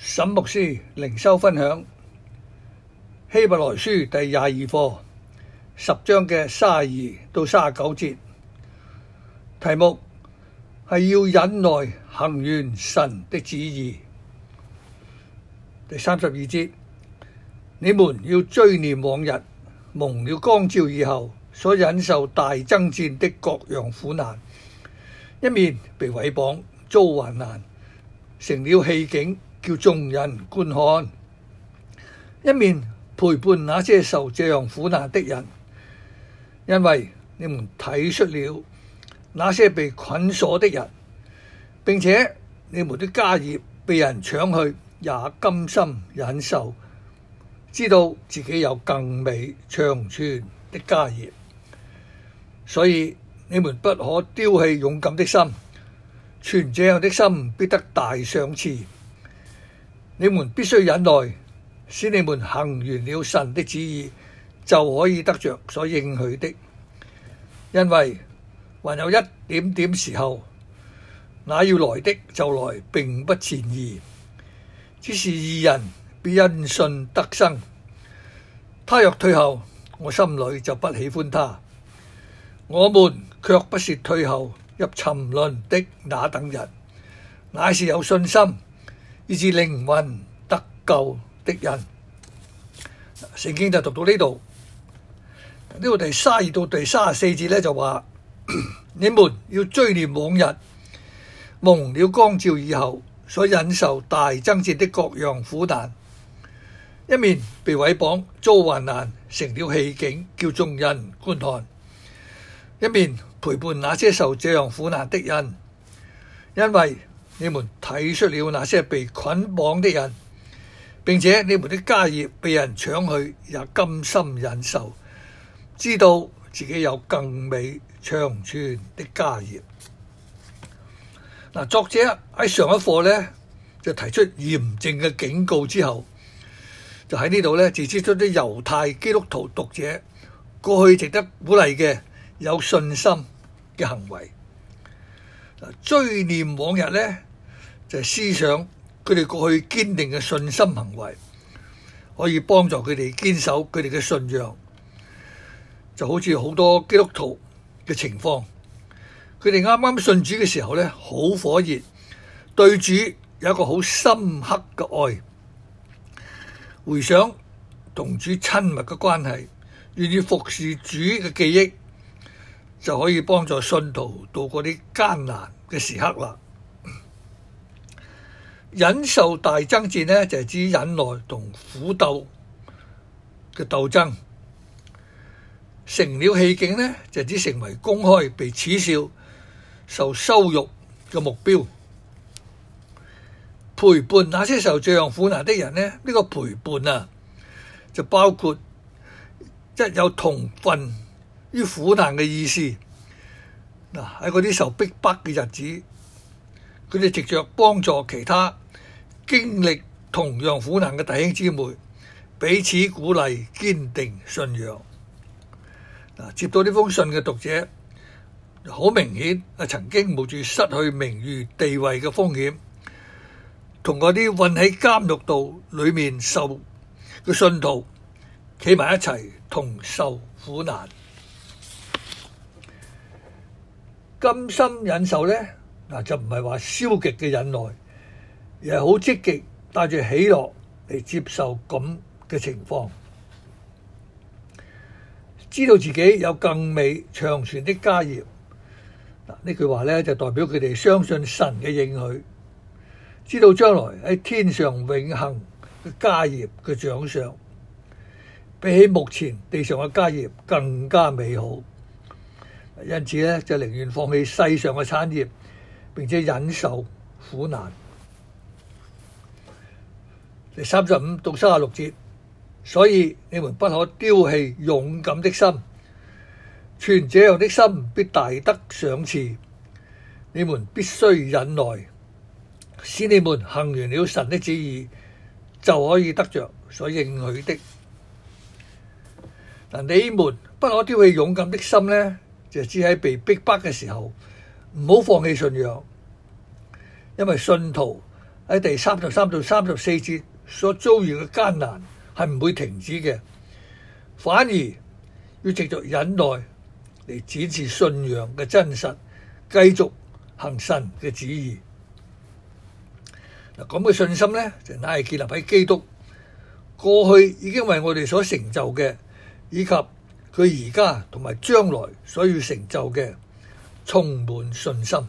沈牧師靈修分享希伯來書第22課10章嘅32到39節，題目係要忍耐行完神的旨意。第32節，你們要追念往日蒙了光照以後所忍受大爭戰的各樣苦難，一面被毀謗遭患難，成了戲景叫眾人觀看，一面陪伴那些受這樣苦難的人，因為你們體恤了那些被捆鎖的人，並且你們的家業被人搶去，也甘心忍受，知道自己有更美長存的家業。所以你們不可丟棄勇敢的心，存這樣的心必得大賞賜。你們必須忍耐，使你們行完了神的旨意，就可以得着所應許的。因為還有一點點時候，那要來的就來，並不遲延。只是義人必因信得生。他若退後，我心裏就不喜歡他。我們卻不是退後入沉淪的那等人，乃是有信心以致靈魂得救的人。聖經就讀到呢度，呢度第32到第34節呢，就話你們要追念往日蒙了光照以後所忍受大爭戰的各樣苦難，一面被毀謗遭患難，成了戲景叫眾人觀看，一面陪伴那些受這樣苦難的人，因為你們體恤了那些被捆綁的人，並且你們的家業被人搶去，也甘心忍受，知道自己有更美長存的家業。作者喺上一課呢，就提出嚴正嘅警告之後，就喺呢度呢，就指出啲猶太基督徒讀者過去值得鼓勵嘅有信心嘅行為。追念往日呢，就係思想佢哋過去堅定嘅信心行為，可以幫助佢哋堅守佢哋嘅信仰。就好似好多基督徒嘅情況，佢哋啱啱信主嘅時候呢，好火熱，對主有一個好深刻嘅愛，回想同主親密嘅關係，願意服侍主嘅記憶，就可以幫助信徒度過啲艱難嘅時刻啦。忍受大爭戰呢，就係指忍耐同苦鬥嘅鬥爭。成了戲景呢，就係指成為公開被恥笑、受羞辱嘅目標。陪伴那些受這樣苦難的人呢，呢個陪伴啊，就包括一有同分於苦難嘅意思。喺嗰啲受逼迫嘅日子，佢哋藉着幫助其他經歷同樣苦難嘅弟兄姊妹，彼此鼓勵，堅定信仰。接到呢封信嘅讀者，好明顯曾經冒住失去名譽地位嘅風險，同嗰啲困喺監獄度裏面受嘅信徒企埋一齊，同受苦難。甘心忍受呢，就唔係話消極嘅忍耐，而係好積極帶住喜樂嚟接受咁嘅情況，知道自己有更美長存的家業。呢句話呢，就代表佢哋相信神嘅應許，知道將來喺天上永恆嘅家業嘅獎賞，比起目前地上嘅家業更加美好。因此呢，就寧願放棄世上嘅產業，並且忍受苦難。第35到36節，所以你們不可丟棄勇敢的心，存這樣的心必大得賞賜。你們必須忍耐，使你們行完了神的旨意，就可以得着所應許的。你們不可丟棄勇敢的心呢，就只喺被逼迫嘅時候，唔好放棄信仰，因為信徒喺第33到34節所遭遇嘅艱難係唔會停止嘅，反而要藉着忍耐嚟展示信仰嘅真實，繼續行神嘅旨意。嗱，咁嘅信心呢，就乃係建立喺基督過去已經為我哋所成就嘅，以及佢而家同埋將來所要成就嘅，充滿信心。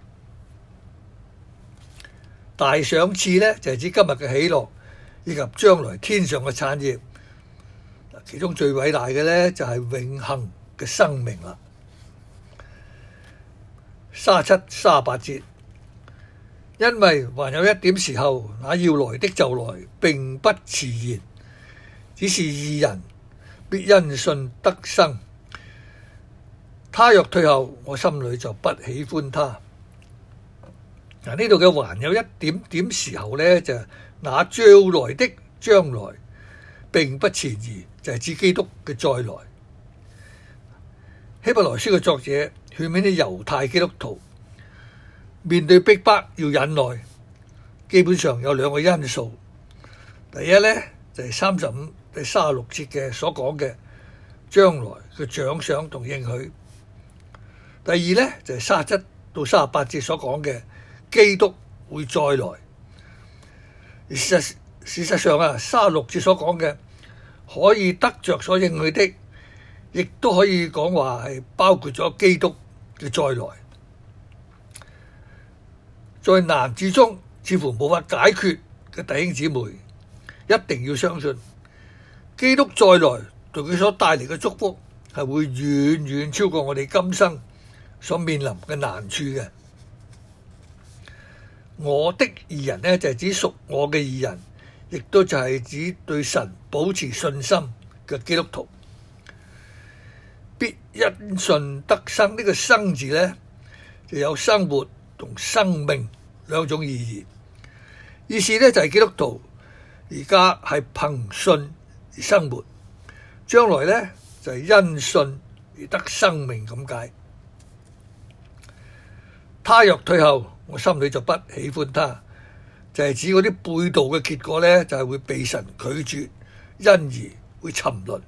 大賞賜呢，就係指今日嘅喜樂，以及將來天上嘅產業。其中最偉大嘅呢，就係永恆嘅生命啦。37、38節，因為還有一點時候，那要來的就來，並不遲延。只是義人必因信得生。他若退後，我心裏就不喜歡他。嗱，呢度嘅還有一點點時候呢，就那將來的將來並不遲延，就係指基督嘅再來。希伯來書嘅作者勸勉啲猶太基督徒面對逼迫要忍耐，基本上有兩個因素。第一呢，就係35、36節嘅所講嘅將來嘅獎賞同應許。第二呢，就係37到38節所講嘅基督會再來。而事實上啊，36節所講嘅可以得着所應許的，亦都可以講話係包括咗基督嘅再來。在難之中似乎無法解決嘅弟兄姊妹，一定要相信基督再來對佢所帶嚟嘅祝福係會遠遠超過我哋今生所面臨嘅難處嘅。我的義人呢，就係指屬我嘅義人，亦都就係指對神保持信心嘅基督徒。必因信得生，呢個生字呢，就有生活同生命兩種意義。意思呢，就係基督徒而家係憑信而生活，將來呢，就係因信而得生命咁解。他若退後，我心裏就不喜歡他，就係指嗰啲背道嘅結果呢，就係會被神拒絕，因而會沉淪。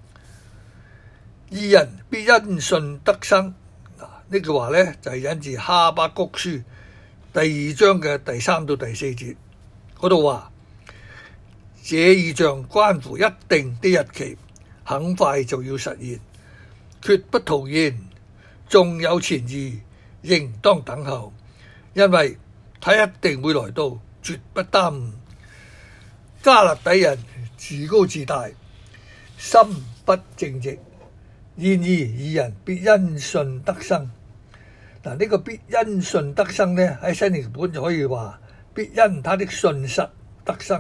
義人必因信得生，呢句話呢，就係引自哈巴谷書第2章嘅第3到第4節嗰度話：這異象關乎一定的日期，很快就要實現，決不徒然。縱有前意，應當等候，因為他一定會來到，絕不耽誤。迦勒底人自高自大，心不正直，然而義人必因信得生。嗱，呢個必因信得生呢，喺新譯本就可以話必因他的信實得生。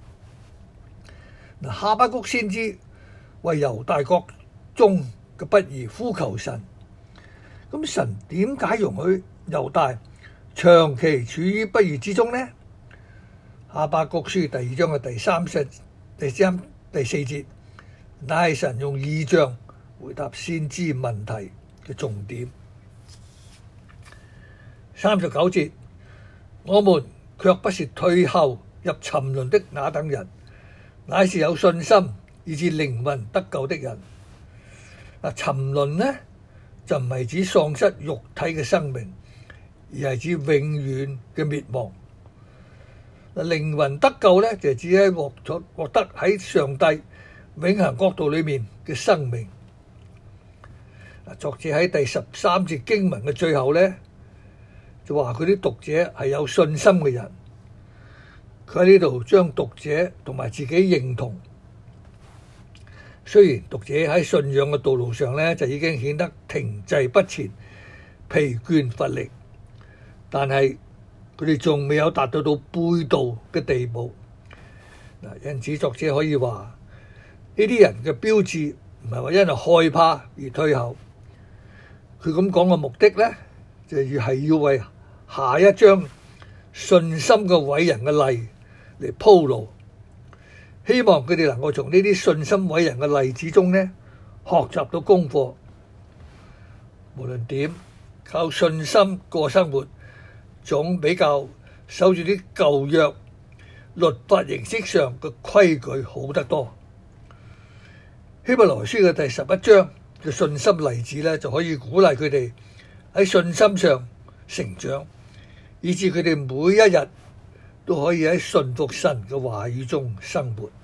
嗱，哈巴谷先知為猶大國中嘅不義呼求神，咁神點解容許猶大長期處於不義之中呢？哈巴谷書第2章嘅第3、第4節，乃係神用異象回答先知問題嘅重點。39節，我們卻不是退後入沉淪的那等人，乃是有信心以致靈魂得救的人。沉淪呢，就唔係指喪失肉體嘅生命，而係指永遠嘅滅亡。靈魂得救呢，就係指喺獲得喺上帝永恆國度裏面嘅生命。作者喺第13節經文嘅最後呢，就話佢啲讀者係有信心嘅人。佢喺呢度將讀者同埋自己認同。雖然讀者喺信仰嘅道路上呢，就已經顯得停滯不前、疲倦乏力，但係佢哋仲未有達到背道嘅地步。因此作者可以話呢啲人嘅標誌唔係話因為害怕而退後。佢咁講嘅目的呢，就係要為下一章信心嘅偉人嘅例嚟鋪路，希望佢哋能夠從呢啲信心偉人嘅例子中呢，學習到功課。無論點，靠信心過生活總比較守住啲舊約律法形式上嘅規矩好得多。希伯來書嘅第11章嘅信心例子呢，就可以鼓勵佢哋喺信心上成長，以致佢哋每一日都可以喺順服神嘅話語中生活。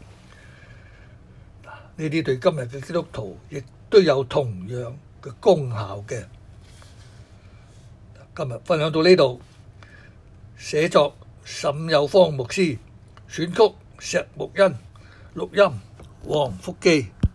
呢啲對今日嘅基督徒亦都有同樣嘅功效嘅。今日分享到呢度，寫作沈有方牧師，選曲石木恩，錄音黃福基。